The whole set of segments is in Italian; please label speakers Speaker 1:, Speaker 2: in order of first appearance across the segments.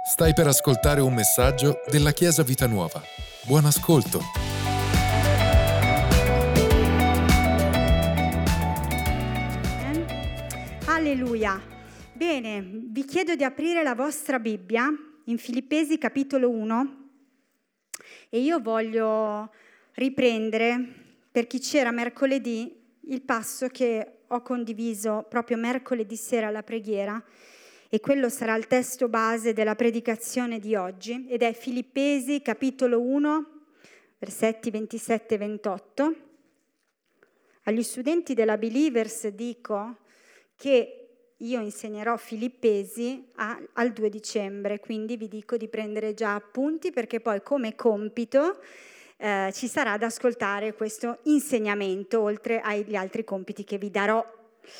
Speaker 1: Stai per ascoltare un messaggio della Chiesa Vita Nuova. Buon ascolto.
Speaker 2: Alleluia. Bene, vi chiedo di aprire la vostra Bibbia in Filippesi capitolo 1 e io voglio riprendere, per chi c'era mercoledì, il passo che ho condiviso proprio mercoledì sera alla preghiera, e quello sarà il testo base della predicazione di oggi, ed è Filippesi capitolo 1, versetti 27 e 28. Agli studenti della Believers dico che io insegnerò Filippesi al 2 dicembre, quindi vi dico di prendere già appunti, perché poi come compito ci sarà da ascoltare questo insegnamento, oltre agli altri compiti che vi darò.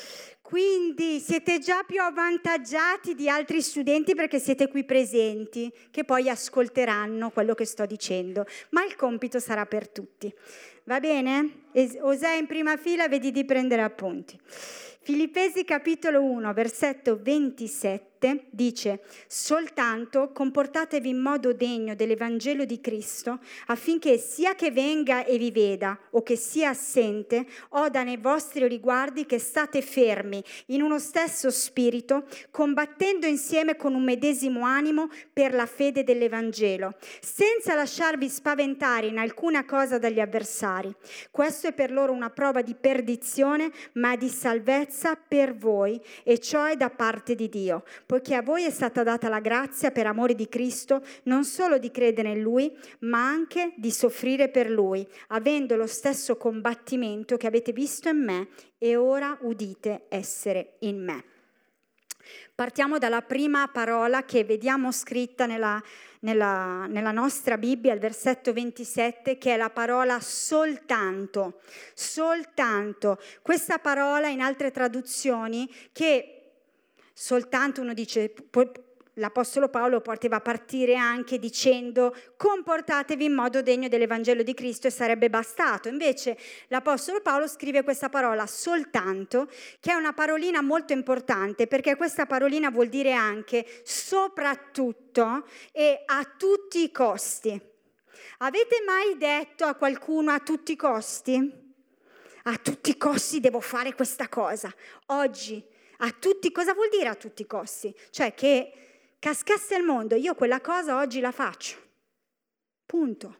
Speaker 2: Quindi siete già più avvantaggiati di altri studenti perché siete qui presenti, che poi ascolteranno quello che sto dicendo, ma il compito sarà per tutti. Va bene? Osè in prima fila, vedi di prendere appunti. Filippesi capitolo 1, versetto 27 dice: soltanto comportatevi in modo degno dell'Evangelo di Cristo, affinché sia che venga e vi veda o che sia assente, oda nei vostri riguardi che state fermi in uno stesso spirito, combattendo insieme con un medesimo animo per la fede dell'Evangelo, senza lasciarvi spaventare in alcuna cosa dagli avversari. Questo è per loro una prova di perdizione, ma di salvezza per voi, e ciò è da parte di Dio, poiché a voi è stata data la grazia per amore di Cristo, non solo di credere in Lui, ma anche di soffrire per Lui, avendo lo stesso combattimento che avete visto in me e ora udite essere in me. Partiamo dalla prima parola che vediamo scritta nella nostra Bibbia, il versetto 27, che è la parola soltanto. Soltanto. Questa parola in altre traduzioni, che soltanto uno dice, l'Apostolo Paolo poteva partire anche dicendo comportatevi in modo degno dell'Evangelo di Cristo e sarebbe bastato. Invece l'Apostolo Paolo scrive questa parola soltanto, che è una parolina molto importante, perché questa parolina vuol dire anche soprattutto e a tutti i costi. Avete mai detto a qualcuno a tutti i costi? A tutti i costi devo fare questa cosa. Oggi, a tutti, cosa vuol dire a tutti i costi? Cioè che cascasse il mondo, io quella cosa oggi la faccio. Punto.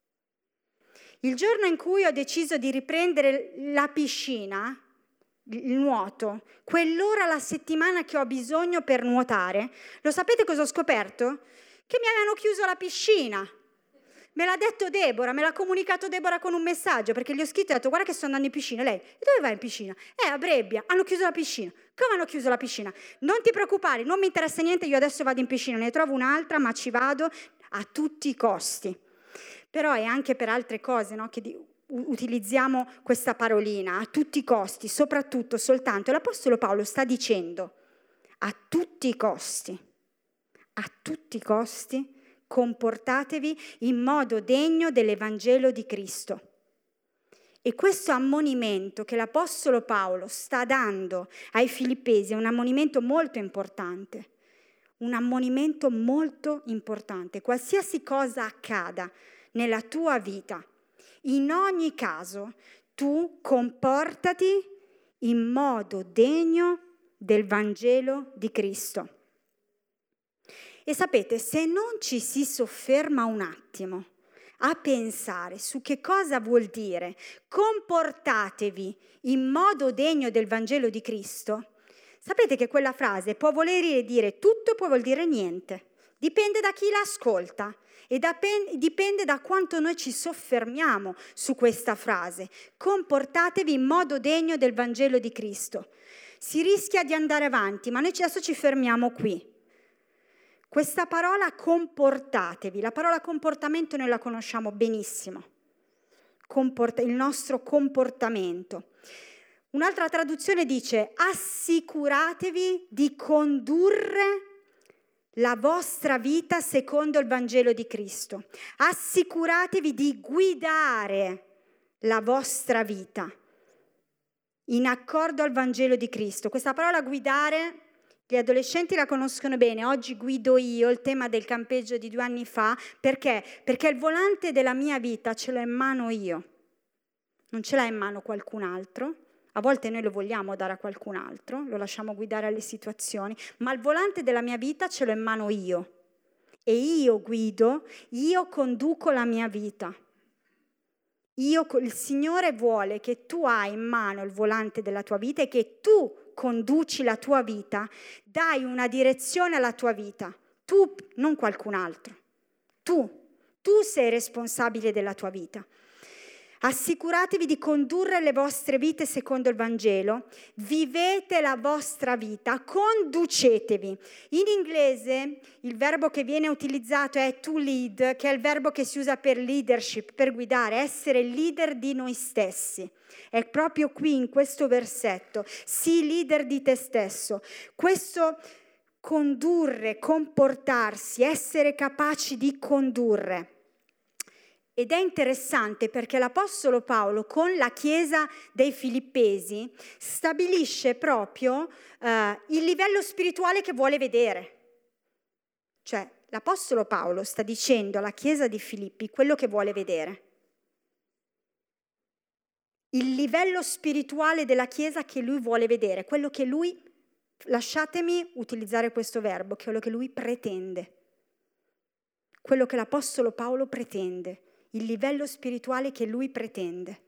Speaker 2: Il giorno in cui ho deciso di riprendere la piscina, il nuoto, quell'ora alla settimana che ho bisogno per nuotare, lo sapete cosa ho scoperto? Che mi avevano chiuso la piscina. Me l'ha detto Deborah, me l'ha comunicato Deborah con un messaggio, perché gli ho scritto e ho detto guarda che sto andando in piscina. Lei, e dove vai in piscina? A Brebbia, hanno chiuso la piscina. Come hanno chiuso la piscina? Non ti preoccupare, non mi interessa niente, io adesso vado in piscina, ne trovo un'altra, ma ci vado a tutti i costi. Però è anche per altre cose, no, che utilizziamo questa parolina, a tutti i costi, soprattutto, soltanto. L'Apostolo Paolo sta dicendo a tutti i costi, comportatevi in modo degno dell'Evangelo di Cristo. E questo ammonimento che l'Apostolo Paolo sta dando ai Filippesi è un ammonimento molto importante. Un ammonimento molto importante. Qualsiasi cosa accada nella tua vita, in ogni caso, tu comportati in modo degno del Vangelo di Cristo. E sapete, se non ci si sofferma un attimo a pensare su che cosa vuol dire comportatevi in modo degno del Vangelo di Cristo, sapete che quella frase può voler dire tutto e può voler dire niente. Dipende da chi l'ascolta e dipende da quanto noi ci soffermiamo su questa frase. Comportatevi in modo degno del Vangelo di Cristo. Si rischia di andare avanti, ma noi adesso ci fermiamo qui. Questa parola comportatevi, la parola comportamento noi la conosciamo benissimo, il nostro comportamento. Un'altra traduzione dice assicuratevi di condurre la vostra vita secondo il Vangelo di Cristo, assicuratevi di guidare la vostra vita in accordo al Vangelo di Cristo. Questa parola guidare Gli adolescenti la conoscono bene, oggi guido io il tema del campeggio di 2 anni fa, perché? Perché il volante della mia vita ce l'ho in mano io, non ce l'ha in mano qualcun altro. A volte noi lo vogliamo dare a qualcun altro, lo lasciamo guidare alle situazioni, ma il volante della mia vita ce l'ho in mano io. E io guido, io conduco la mia vita. Il Signore vuole che tu hai in mano il volante della tua vita e che tu conduci la tua vita, dai una direzione alla tua vita. Tu, non qualcun altro. Tu sei responsabile della tua vita. Assicuratevi di condurre le vostre vite secondo il Vangelo, vivete la vostra vita, conducetevi. In inglese il verbo che viene utilizzato è to lead, che è il verbo che si usa per leadership, per guidare, essere leader di noi stessi. È proprio qui in questo versetto, sii leader di te stesso. Questo condurre, comportarsi, essere capaci di condurre. Ed è interessante perché l'Apostolo Paolo con la Chiesa dei Filippesi stabilisce proprio il livello spirituale che vuole vedere. Cioè l'Apostolo Paolo sta dicendo alla Chiesa di Filippi quello che vuole vedere. Il livello spirituale della Chiesa che lui vuole vedere, quello che lui, lasciatemi utilizzare questo verbo, quello che lui pretende. Quello che l'Apostolo Paolo pretende. Il livello spirituale che lui pretende.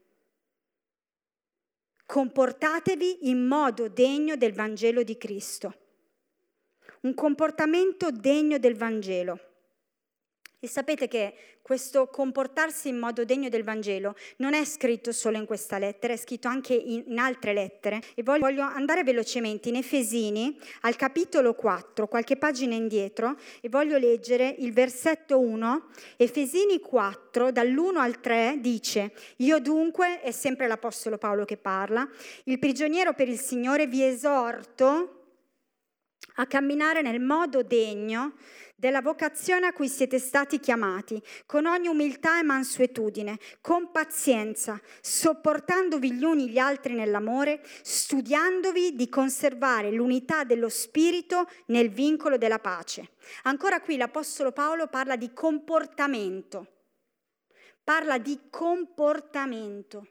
Speaker 2: Comportatevi in modo degno del Vangelo di Cristo. Un comportamento degno del Vangelo. E sapete che questo comportarsi in modo degno del Vangelo non è scritto solo in questa lettera, è scritto anche in altre lettere. E voglio andare velocemente in Efesini, al capitolo 4, qualche pagina indietro, e voglio leggere il versetto 1. Efesini 4, dall'1 al 3, dice: io dunque, è sempre l'Apostolo Paolo che parla, il prigioniero per il Signore, vi esorto a camminare nel modo degno della vocazione a cui siete stati chiamati, con ogni umiltà e mansuetudine, con pazienza, sopportandovi gli uni gli altri nell'amore, studiandovi di conservare l'unità dello spirito nel vincolo della pace. Ancora qui l'Apostolo Paolo parla di comportamento. Parla di comportamento.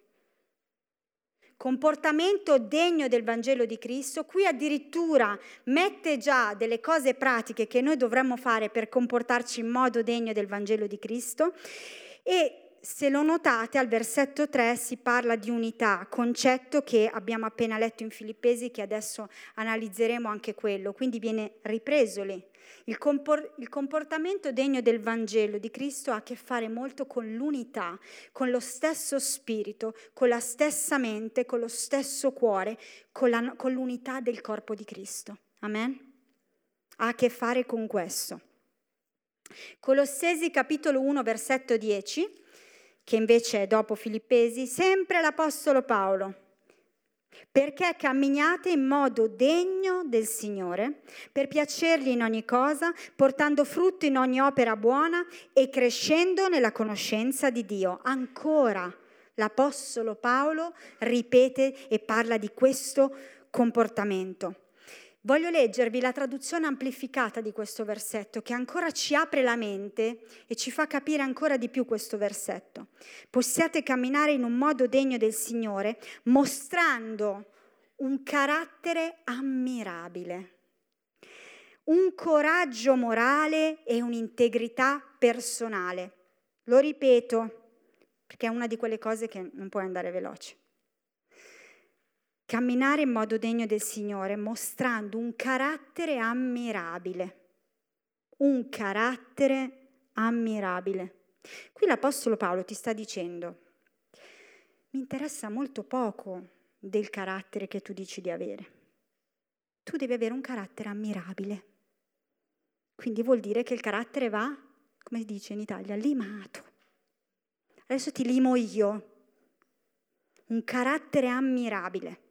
Speaker 2: Comportamento degno del Vangelo di Cristo. Qui addirittura mette già delle cose pratiche che noi dovremmo fare per comportarci in modo degno del Vangelo di Cristo. E se lo notate al versetto 3 si parla di unità, concetto che abbiamo appena letto in Filippesi, che adesso analizzeremo anche quello, quindi viene ripreso lì. Il comportamento degno del Vangelo di Cristo ha a che fare molto con l'unità, con lo stesso spirito, con la stessa mente, con lo stesso cuore, con l'unità del corpo di Cristo. Amen? Ha a che fare con questo. Colossesi capitolo 1 versetto 10, che invece è dopo Filippesi, sempre l'Apostolo Paolo. Perché camminiate in modo degno del Signore, per piacergli in ogni cosa, portando frutto in ogni opera buona e crescendo nella conoscenza di Dio. Ancora l'Apostolo Paolo ripete e parla di questo comportamento. Voglio leggervi la traduzione amplificata di questo versetto, che ancora ci apre la mente e ci fa capire ancora di più questo versetto. Possiate camminare in un modo degno del Signore, mostrando un carattere ammirabile, un coraggio morale e un'integrità personale. Lo ripeto, perché è una di quelle cose che non puoi andare veloce. Camminare in modo degno del Signore, mostrando un carattere ammirabile. Un carattere ammirabile. Qui l'Apostolo Paolo ti sta dicendo: mi interessa molto poco del carattere che tu dici di avere. Tu devi avere un carattere ammirabile. Quindi vuol dire che il carattere va, come si dice in Italia, limato. Adesso ti limo io. Un carattere ammirabile.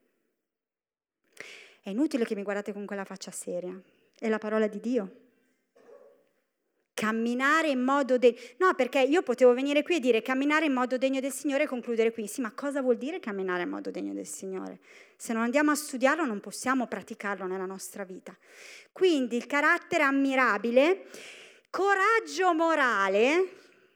Speaker 2: È inutile che mi guardate con quella faccia seria. È la parola di Dio. camminare in modo degno. No, perché io potevo venire qui e dire camminare in modo degno del Signore e concludere qui. Sì, ma cosa vuol dire camminare in modo degno del Signore? Se non andiamo a studiarlo non possiamo praticarlo nella nostra vita. Quindi il carattere ammirabile, coraggio morale,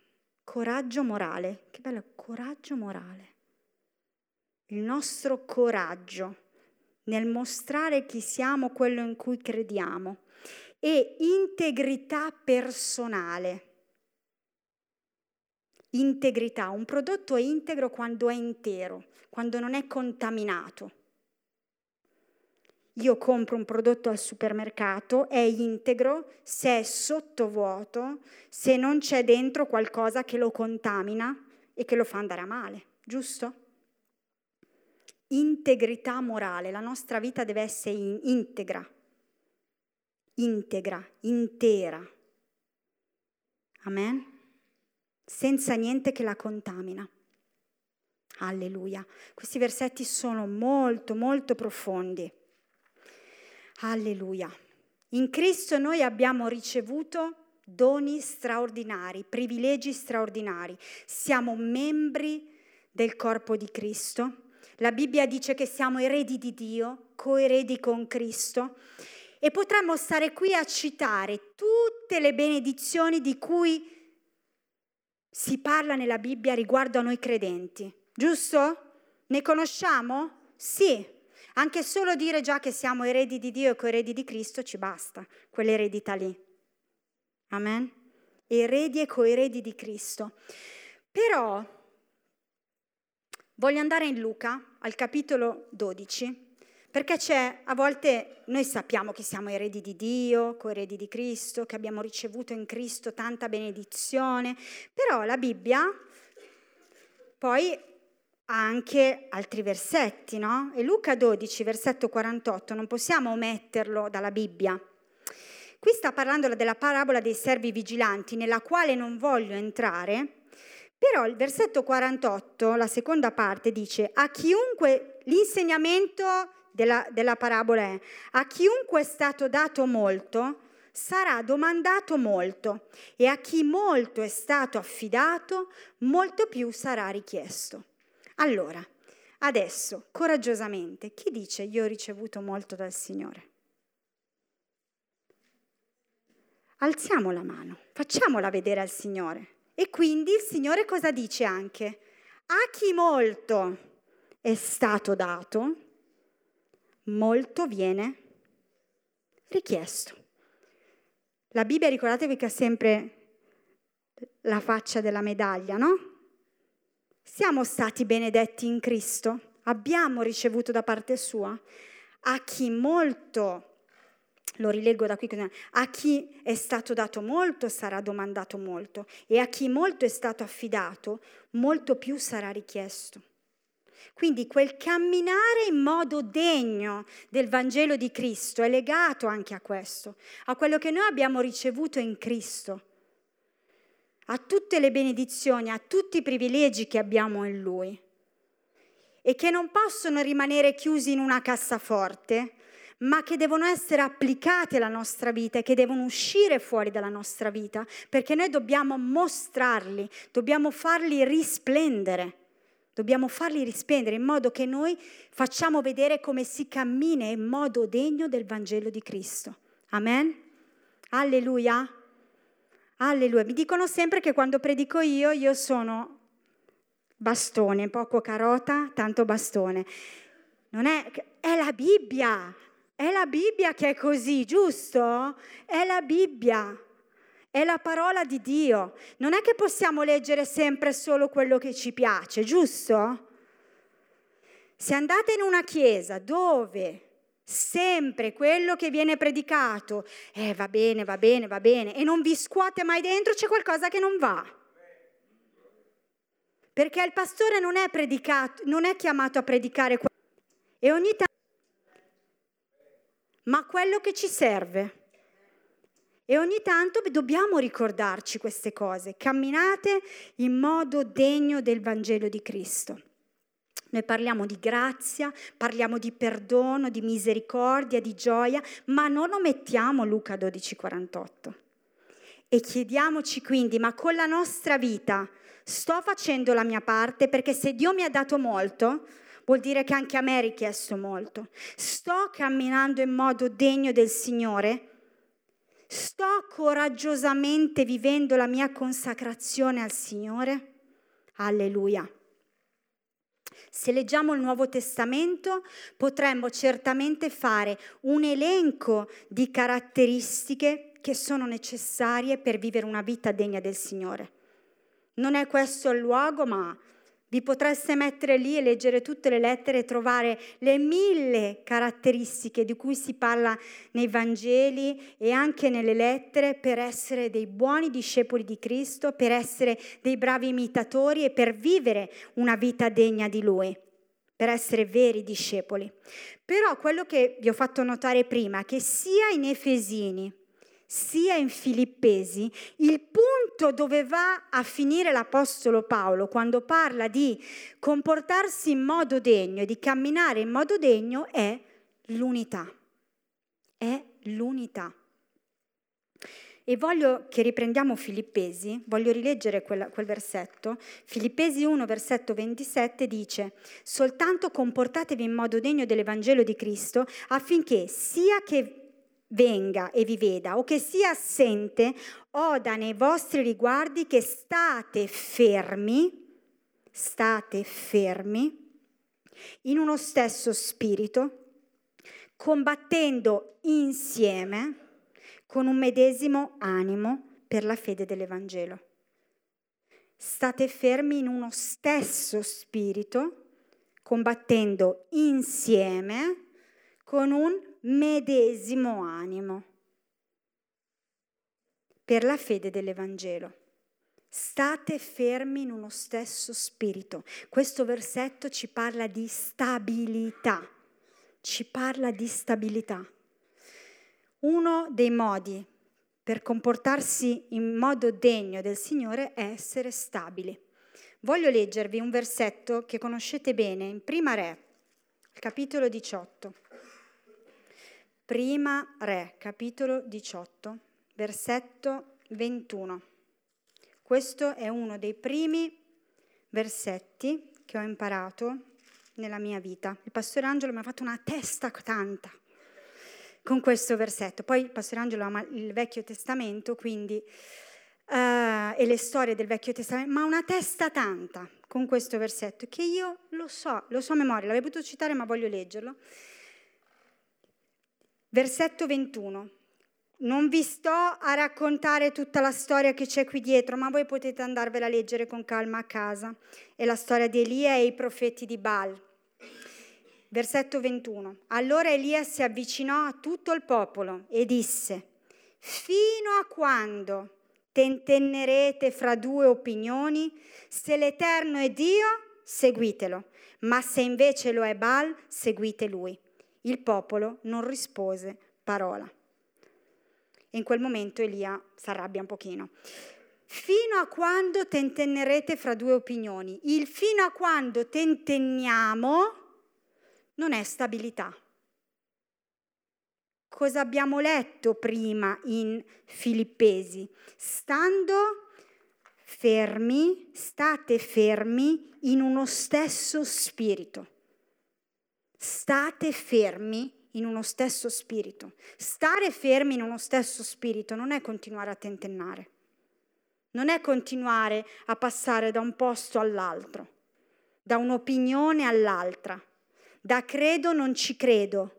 Speaker 2: che bello, coraggio morale. Il nostro coraggio nel mostrare chi siamo, quello in cui crediamo, e integrità personale. Integrità, un prodotto è integro quando è intero, quando non è contaminato. Io compro un prodotto al supermercato, è integro se è sottovuoto, se non c'è dentro qualcosa che lo contamina e che lo fa andare a male, giusto? Integrità morale, la nostra vita deve essere integra, intera. Amen? Senza niente che la contamina. Alleluia. Questi versetti sono molto, molto profondi. Alleluia. In Cristo noi abbiamo ricevuto doni straordinari, privilegi straordinari. Siamo membri del corpo di Cristo. La Bibbia dice che siamo eredi di Dio, coeredi con Cristo. E potremmo stare qui a citare tutte le benedizioni di cui si parla nella Bibbia riguardo a noi credenti. Giusto? Ne conosciamo? Sì. Anche solo dire già che siamo eredi di Dio e coeredi di Cristo ci basta, quell'eredità lì. Amen? Eredi e coeredi di Cristo. Però voglio andare in Luca, al capitolo 12, perché a volte noi sappiamo che siamo eredi di Dio, coeredi di Cristo, che abbiamo ricevuto in Cristo tanta benedizione, però la Bibbia poi ha anche altri versetti, no? E Luca 12, versetto 48, non possiamo ometterlo dalla Bibbia. Qui sta parlando della parabola dei servi vigilanti, nella quale non voglio entrare, però il versetto 48, la seconda parte, dice: a chiunque, l'insegnamento della parabola è: a chiunque è stato dato molto, sarà domandato molto, e a chi molto è stato affidato, molto più sarà richiesto. Allora, adesso, coraggiosamente, chi dice io ho ricevuto molto dal Signore? Alziamo la mano, facciamola vedere al Signore. E quindi il Signore cosa dice anche? A chi molto è stato dato, molto viene richiesto. La Bibbia, ricordatevi che ha sempre la faccia della medaglia, no? Siamo stati benedetti in Cristo, abbiamo ricevuto da parte sua. A chi molto, lo rileggo da qui, a chi è stato dato molto sarà domandato molto, e a chi molto è stato affidato, molto più sarà richiesto. Quindi quel camminare in modo degno del Vangelo di Cristo è legato anche a questo, a quello che noi abbiamo ricevuto in Cristo, a tutte le benedizioni, a tutti i privilegi che abbiamo in Lui e che non possono rimanere chiusi in una cassaforte, ma che devono essere applicati alla nostra vita e che devono uscire fuori dalla nostra vita, perché noi dobbiamo mostrarli, dobbiamo farli risplendere. Dobbiamo farli risplendere in modo che noi facciamo vedere come si cammina in modo degno del Vangelo di Cristo. Amen? Alleluia? Alleluia. Mi dicono sempre che quando predico io sono bastone, poco carota, tanto bastone. Non è la Bibbia. È la Bibbia che è così, giusto? È la Bibbia. È la parola di Dio. Non è che possiamo leggere sempre solo quello che ci piace, giusto? Se andate in una chiesa dove sempre quello che viene predicato va bene, e non vi scuote mai dentro, c'è qualcosa che non va. Perché il pastore non è chiamato a predicare e ogni tanto, ma quello che ci serve. E ogni tanto dobbiamo ricordarci queste cose. Camminate in modo degno del Vangelo di Cristo. Noi parliamo di grazia, parliamo di perdono, di misericordia, di gioia, ma non omettiamo Luca 12,48. E chiediamoci quindi, ma con la nostra vita sto facendo la mia parte? Perché se Dio mi ha dato molto, vuol dire che anche a me è richiesto molto. Sto camminando in modo degno del Signore? Sto coraggiosamente vivendo la mia consacrazione al Signore? Alleluia. Se leggiamo il Nuovo Testamento, potremmo certamente fare un elenco di caratteristiche che sono necessarie per vivere una vita degna del Signore. Non è questo il luogo, ma vi potreste mettere lì e leggere tutte le lettere e trovare le 1000 caratteristiche di cui si parla nei Vangeli e anche nelle lettere per essere dei buoni discepoli di Cristo, per essere dei bravi imitatori e per vivere una vita degna di Lui, per essere veri discepoli. Però quello che vi ho fatto notare prima è che sia in Efesini sia in Filippesi, il punto dove va a finire l'Apostolo Paolo quando parla di comportarsi in modo degno e di camminare in modo degno è l'unità. È l'unità. E voglio che riprendiamo Filippesi, voglio rileggere quel versetto. Filippesi 1, versetto 27 dice: «Soltanto comportatevi in modo degno dell'Evangelo di Cristo, affinché sia che venga e vi veda o che sia assente, oda nei vostri riguardi che state fermi in uno stesso spirito, combattendo insieme con un medesimo animo per la fede dell'Evangelo». State fermi in uno stesso spirito, combattendo insieme con un medesimo animo per la fede dell'Evangelo. State fermi in uno stesso spirito. Questo versetto ci parla di stabilità. Uno dei modi per comportarsi in modo degno del Signore è essere stabili. Voglio leggervi un versetto che conoscete bene in Prima Re, capitolo 18. Prima Re, capitolo 18, versetto 21. Questo è uno dei primi versetti che ho imparato nella mia vita. Il pastore Angelo mi ha fatto una testa tanta con questo versetto. Poi il pastore Angelo ama il Vecchio Testamento, quindi e le storie del Vecchio Testamento, ma una testa tanta con questo versetto che io lo so a memoria, l'avevo potuto citare ma voglio leggerlo. Versetto 21. Non vi sto a raccontare tutta la storia che c'è qui dietro, ma voi potete andarvela a leggere con calma a casa. È la storia di Elia e i profeti di Baal. Versetto 21. Allora Elia si avvicinò a tutto il popolo e disse: fino a quando tentennerete fra due opinioni? Se l'Eterno è Dio, seguitelo, ma se invece lo è Baal, seguite lui. Il popolo non rispose parola. E in quel momento Elia si arrabbia un pochino. Fino a quando tentennerete fra due opinioni? Il fino a quando tentenniamo non è stabilità. Cosa abbiamo letto prima in Filippesi? State fermi in uno stesso spirito. State fermi in uno stesso spirito. Stare fermi in uno stesso spirito non è continuare a tentennare. Non è continuare a passare da un posto all'altro, da un'opinione all'altra, da credo non ci credo.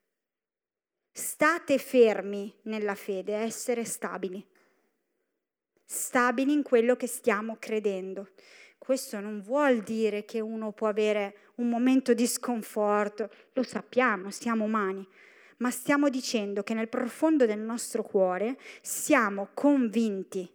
Speaker 2: State fermi nella fede, essere stabili. Stabili in quello che stiamo credendo. Questo non vuol dire che uno può avere un momento di sconforto, lo sappiamo, siamo umani, ma stiamo dicendo che nel profondo del nostro cuore siamo convinti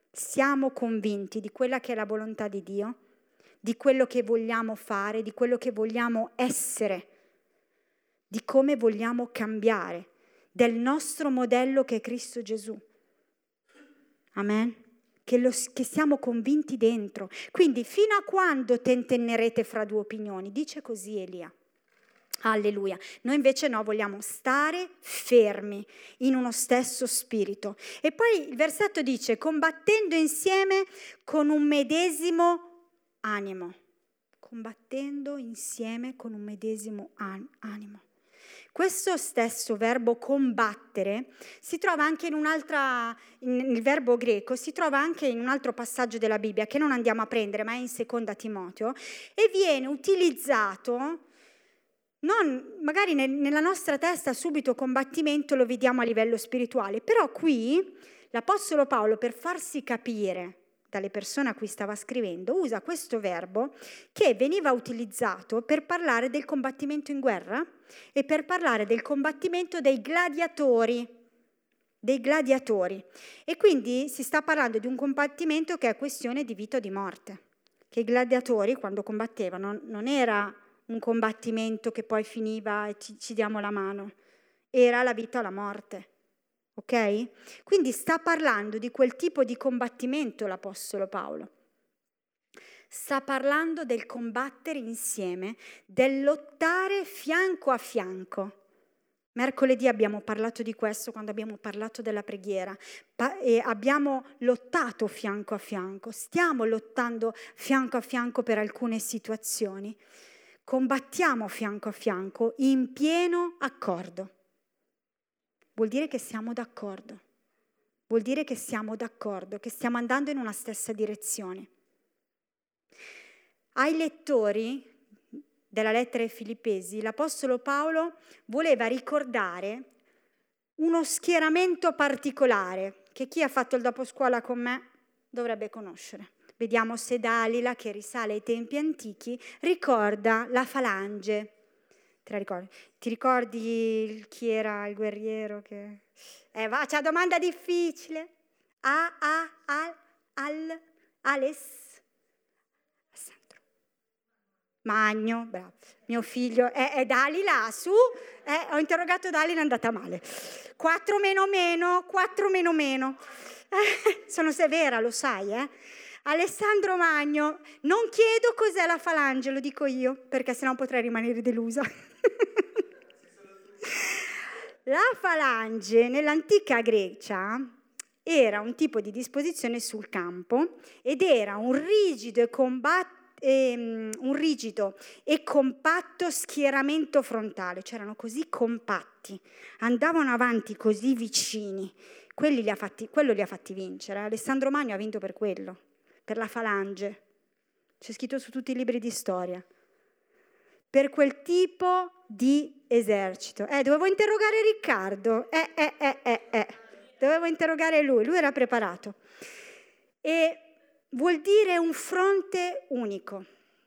Speaker 2: di quella che è la volontà di Dio, di quello che vogliamo fare, di quello che vogliamo essere, di come vogliamo cambiare, del nostro modello che è Cristo Gesù. Amen? Che siamo convinti dentro. Quindi fino a quando tentennerete fra due opinioni? Dice così Elia. Alleluia. Noi invece no, vogliamo stare fermi in uno stesso spirito. E poi il versetto dice: combattendo insieme con un medesimo animo. Combattendo insieme con un medesimo animo. Questo stesso verbo combattere si trova anche il verbo greco si trova anche in un altro passaggio della Bibbia che non andiamo a prendere, ma è in Seconda Timoteo, e viene utilizzato. Magari nella nostra testa subito combattimento lo vediamo a livello spirituale, però qui l'Apostolo Paolo, per farsi capire dalle persone a cui stava scrivendo, usa questo verbo che veniva utilizzato per parlare del combattimento in guerra e per parlare del combattimento dei gladiatori. E quindi si sta parlando di un combattimento che è questione di vita o di morte, che i gladiatori quando combattevano non era un combattimento che poi finiva e ci diamo la mano, era la vita o la morte, ok? Quindi sta parlando di quel tipo di combattimento l'Apostolo Paolo. Sta parlando del combattere insieme, del lottare fianco a fianco. Mercoledì abbiamo parlato di questo quando abbiamo parlato della preghiera e abbiamo lottato fianco a fianco, stiamo lottando fianco a fianco per alcune situazioni. Combattiamo fianco a fianco in pieno accordo. Vuol dire che siamo d'accordo. Vuol dire che siamo d'accordo, che stiamo andando in una stessa direzione. Ai lettori della lettera ai Filippesi, l'Apostolo Paolo voleva ricordare uno schieramento particolare che chi ha fatto il doposcuola con me dovrebbe conoscere. Vediamo se Dalila, che risale ai tempi antichi, ricorda la falange. Te la ricordi? Ti ricordi chi era il guerriero che... c'è una domanda difficile. Alessandro Magno, bravo. Mio figlio è Dalila, su. Ho interrogato Dalila, è andata male. 4 meno. Sono severa, lo sai, Alessandro Magno, non chiedo cos'è la falange, lo dico io, perché sennò potrei rimanere delusa. La falange nell'antica Grecia era un tipo di disposizione sul campo ed era un rigido e compatto schieramento frontale, cioè erano così compatti, andavano avanti così vicini. Quello li ha fatti vincere. Alessandro Magno ha vinto per quello, per la falange. C'è scritto su tutti i libri di storia. Per quel tipo di esercito. Dovevo interrogare Riccardo. Dovevo interrogare lui era preparato. E vuol dire un fronte unico.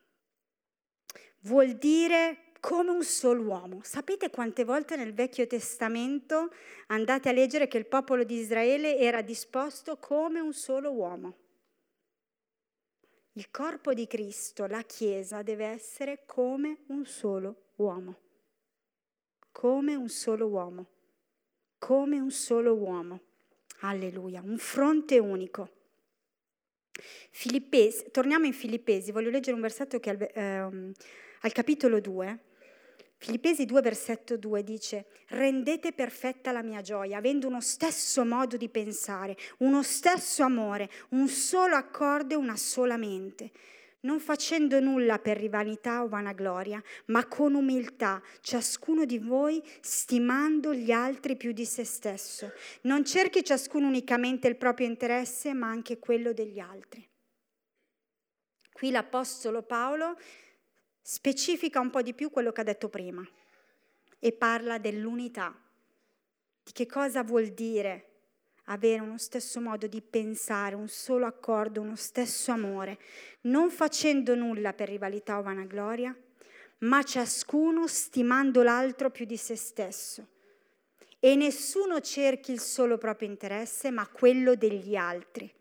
Speaker 2: Vuol dire come un solo uomo. Sapete quante volte nel Vecchio Testamento andate a leggere che il popolo di Israele era disposto come un solo uomo? Il corpo di Cristo, la Chiesa, deve essere come un solo uomo. Come un solo uomo. Come un solo uomo. Alleluia, un fronte unico. Torniamo in Filippesi, voglio leggere un versetto che al capitolo 2. Filippesi 2, versetto 2 dice: rendete perfetta la mia gioia, avendo uno stesso modo di pensare, uno stesso amore, un solo accordo e una sola mente, non facendo nulla per rivalità o vanagloria, ma con umiltà, ciascuno di voi stimando gli altri più di se stesso. Non cerchi ciascuno unicamente il proprio interesse, ma anche quello degli altri. Qui l'Apostolo Paolo specifica un po' di più quello che ha detto prima e parla dell'unità, di che cosa vuol dire avere uno stesso modo di pensare, un solo accordo, uno stesso amore, non facendo nulla per rivalità o vanagloria, ma ciascuno stimando l'altro più di se stesso. E nessuno cerchi il solo proprio interesse, ma quello degli altri,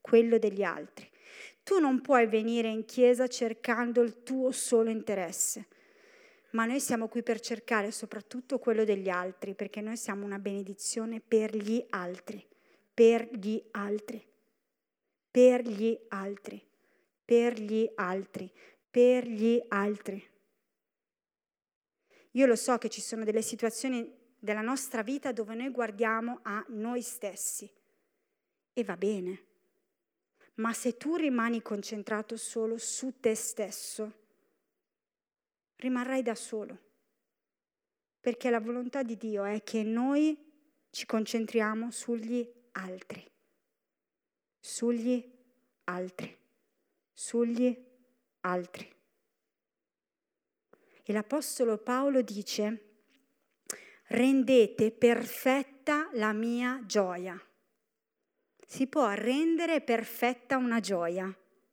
Speaker 2: Tu non puoi venire in chiesa cercando il tuo solo interesse, ma noi siamo qui per cercare soprattutto quello degli altri, perché noi siamo una benedizione per gli altri. Io lo so che ci sono delle situazioni della nostra vita dove noi guardiamo a noi stessi e va bene, ma se tu rimani concentrato solo su te stesso, rimarrai da solo, perché la volontà di Dio è che noi ci concentriamo sugli altri, sugli altri, sugli altri. E l'Apostolo Paolo dice: rendete perfetta la mia gioia. Si può rendere perfetta una gioia.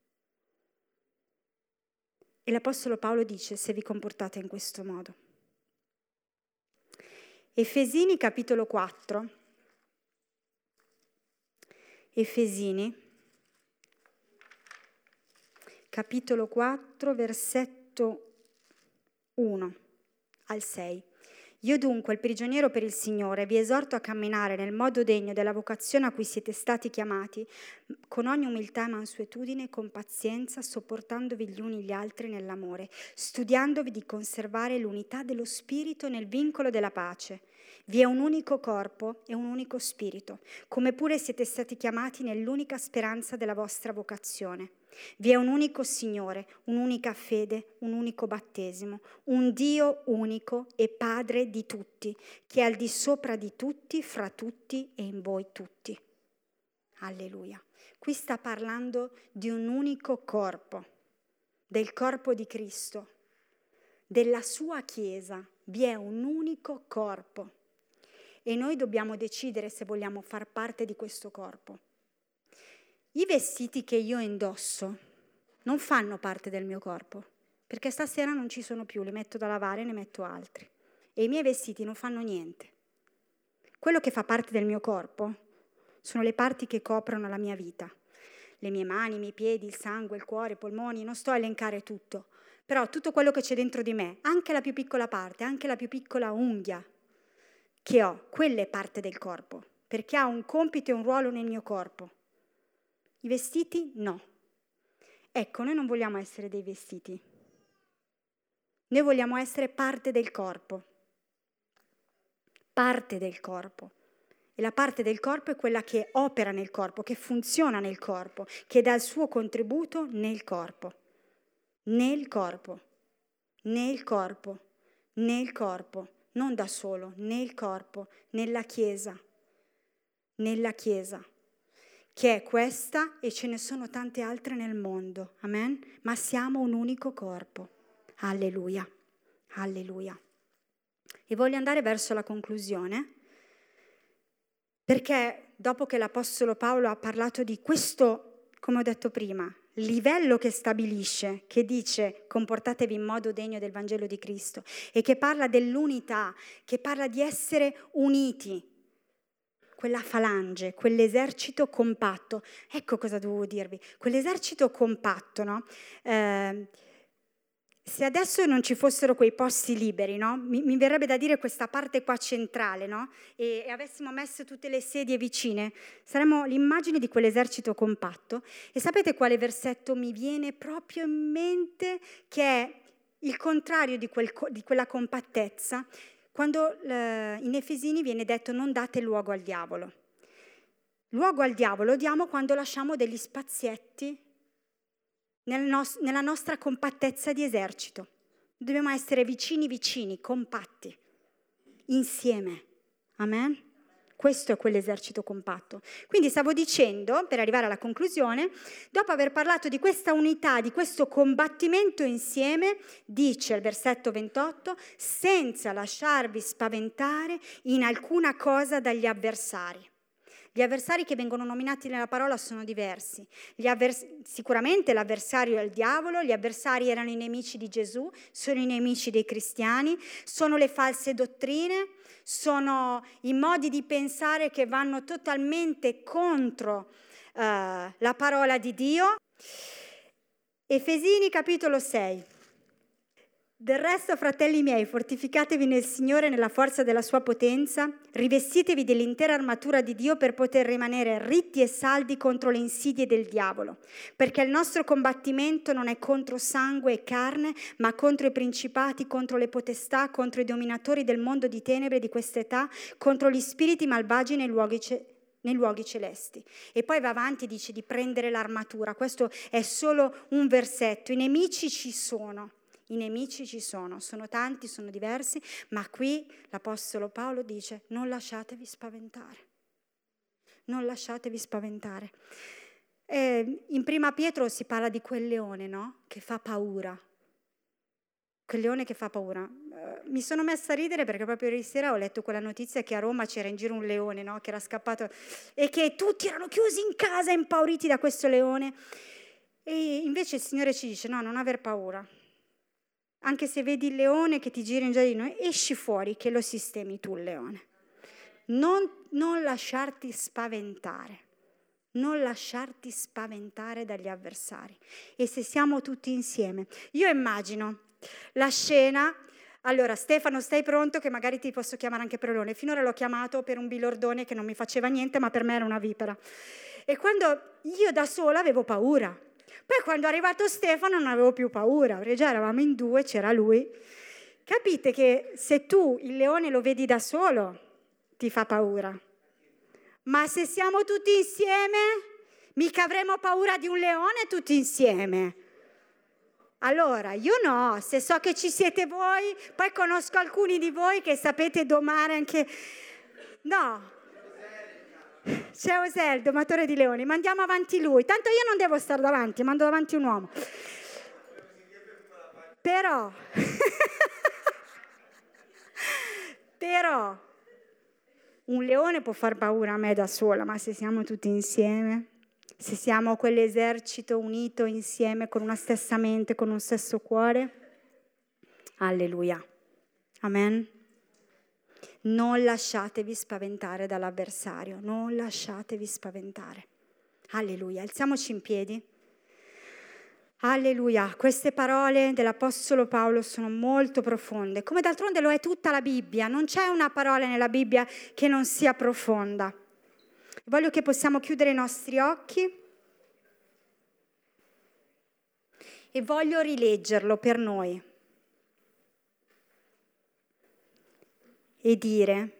Speaker 2: E l'Apostolo Paolo dice: se vi comportate in questo modo. Efesini capitolo 4. Efesini capitolo 4, versetto 1 al 6. Io dunque, il prigioniero per il Signore, vi esorto a camminare nel modo degno della vocazione a cui siete stati chiamati, con ogni umiltà e mansuetudine, con pazienza, sopportandovi gli uni gli altri nell'amore, studiandovi di conservare l'unità dello Spirito nel vincolo della pace. Vi è un unico corpo e un unico spirito, come pure siete stati chiamati nell'unica speranza della vostra vocazione. Vi è un unico Signore, un'unica fede, un unico battesimo, un Dio unico e Padre di tutti, che è al di sopra di tutti, fra tutti e in voi tutti. Alleluia. Qui sta parlando di un unico corpo, del corpo di Cristo, della sua Chiesa. Vi è un unico corpo. E noi dobbiamo decidere se vogliamo far parte di questo corpo. I vestiti che io indosso non fanno parte del mio corpo, perché stasera non ci sono più, li metto da lavare e ne metto altri. E i miei vestiti non fanno niente. Quello che fa parte del mio corpo sono le parti che coprono la mia vita. Le mie mani, i miei piedi, il sangue, il cuore, i polmoni, non sto a elencare tutto. Però tutto quello che c'è dentro di me, anche la più piccola parte, anche la più piccola unghia che ho, quella è parte del corpo, perché ha un compito e un ruolo nel mio corpo. I vestiti no. Ecco, noi non vogliamo essere dei vestiti. Noi vogliamo essere parte del corpo. Parte del corpo. E la parte del corpo è quella che opera nel corpo, che funziona nel corpo, che dà il suo contributo nel corpo. Nel corpo. Nel corpo. Nel corpo. Non da solo, nel corpo, nella Chiesa, che è questa e ce ne sono tante altre nel mondo, amen? Ma siamo un unico corpo, alleluia, alleluia. E voglio andare verso la conclusione, perché dopo che l'Apostolo Paolo ha parlato di questo, come ho detto prima, livello che stabilisce, che dice comportatevi in modo degno del Vangelo di Cristo e che parla dell'unità, che parla di essere uniti, quella falange, quell'esercito compatto. Ecco cosa dovevo dirvi, quell'esercito compatto, no? Se adesso non ci fossero quei posti liberi, no? Mi verrebbe da dire questa parte qua centrale, no? E avessimo messo tutte le sedie vicine, saremmo l'immagine di quell'esercito compatto. E sapete quale versetto mi viene proprio in mente, che è il contrario di quella compattezza, quando in Efesini viene detto non date luogo al diavolo. Luogo al diavolo diamo quando lasciamo degli spazietti nella nostra compattezza di esercito. Dobbiamo essere vicini, compatti, insieme. Amen? Questo è quell'esercito compatto. Quindi stavo dicendo, per arrivare alla conclusione, dopo aver parlato di questa unità, di questo combattimento insieme, dice il versetto 28, senza lasciarvi spaventare in alcuna cosa dagli avversari. Gli avversari che vengono nominati nella parola sono diversi. Sicuramente l'avversario è il diavolo, gli avversari erano i nemici di Gesù, sono i nemici dei cristiani, sono le false dottrine, sono i modi di pensare che vanno totalmente contro la parola di Dio. Efesini capitolo 6, Del resto, fratelli miei, fortificatevi nel Signore e nella forza della sua potenza, rivestitevi dell'intera armatura di Dio per poter rimanere ritti e saldi contro le insidie del diavolo, perché il nostro combattimento non è contro sangue e carne, ma contro i principati, contro le potestà, contro i dominatori del mondo di tenebre di quest'età, contro gli spiriti malvagi nei luoghi celesti. E poi va avanti, dice di prendere l'armatura. Questo è solo un versetto. I nemici ci sono, sono tanti, sono diversi, ma qui l'Apostolo Paolo dice: non lasciatevi spaventare. Non lasciatevi spaventare. In Prima Pietro si parla di quel leone, no? Che fa paura. Quel leone che fa paura. Mi sono messa a ridere perché proprio ieri sera ho letto quella notizia che a Roma c'era in giro un leone, no? Che era scappato e che tutti erano chiusi in casa impauriti da questo leone. E invece il Signore ci dice: no, non aver paura. Anche se vedi il leone che ti gira in giardino, esci fuori che lo sistemi tu il leone. Non lasciarti spaventare. Non lasciarti spaventare dagli avversari. E se siamo tutti insieme. Io immagino la scena. Allora, Stefano, stai pronto che magari ti posso chiamare anche Prelone. Finora l'ho chiamato per un bilordone che non mi faceva niente, ma per me era una vipera. E quando io da sola avevo paura. Poi quando è arrivato Stefano non avevo più paura, perché già eravamo in due, c'era lui. Capite che se tu il leone lo vedi da solo, ti fa paura. Ma se siamo tutti insieme, mica avremo paura di un leone tutti insieme. Allora, io no, se so che ci siete voi, poi conosco alcuni di voi che sapete domare anche... No. C'è Osè, il domatore di leoni, mandiamo avanti lui. Tanto io non devo stare davanti, mando davanti un uomo. Però un leone può far paura a me da sola, ma se siamo tutti insieme, se siamo quell'esercito unito insieme con una stessa mente, con un stesso cuore, alleluia. Amen. Non lasciatevi spaventare dall'avversario, non lasciatevi spaventare. Alleluia, alziamoci in piedi. Alleluia, queste parole dell'Apostolo Paolo sono molto profonde, come d'altronde lo è tutta la Bibbia, non c'è una parola nella Bibbia che non sia profonda. Voglio che possiamo chiudere i nostri occhi e voglio rileggerlo per noi. E dire: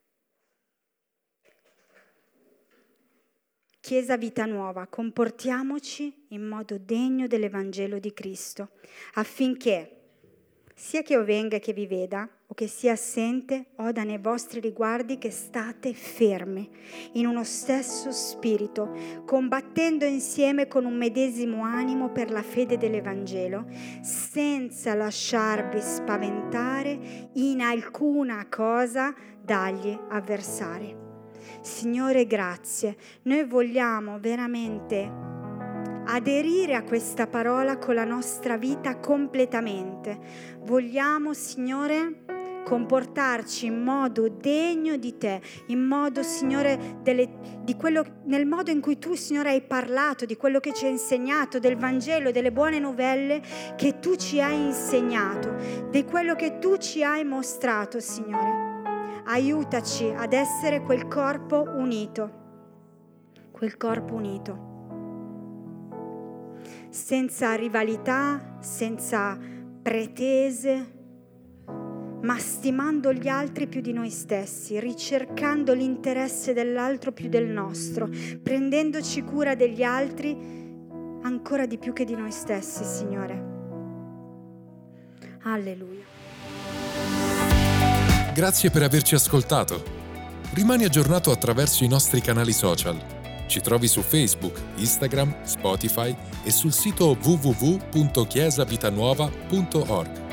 Speaker 2: Chiesa Vita Nuova, comportiamoci in modo degno dell'Evangelo di Cristo, affinché, sia che io venga e che vi veda, o che sia assente, oda nei vostri riguardi che state fermi, in uno stesso spirito, combattendo insieme con un medesimo animo per la fede dell'Evangelo, senza lasciarvi spaventare in alcuna cosa dagli avversari. Signore, grazie. Noi vogliamo veramente aderire a questa parola con la nostra vita completamente. Vogliamo, Signore, comportarci in modo degno di te, in modo, Signore, di quello, nel modo in cui tu, Signore, hai parlato, di quello che ci hai insegnato, del Vangelo, delle buone novelle che tu ci hai insegnato, di quello che tu ci hai mostrato, Signore. Aiutaci ad essere quel corpo unito, senza rivalità, senza pretese, ma stimando gli altri più di noi stessi, ricercando l'interesse dell'altro più del nostro, prendendoci cura degli altri ancora di più che di noi stessi, Signore. Alleluia.
Speaker 1: Grazie per averci ascoltato. Rimani aggiornato attraverso i nostri canali social. Ci trovi su Facebook, Instagram, Spotify e sul sito www.chiesavitanuova.org.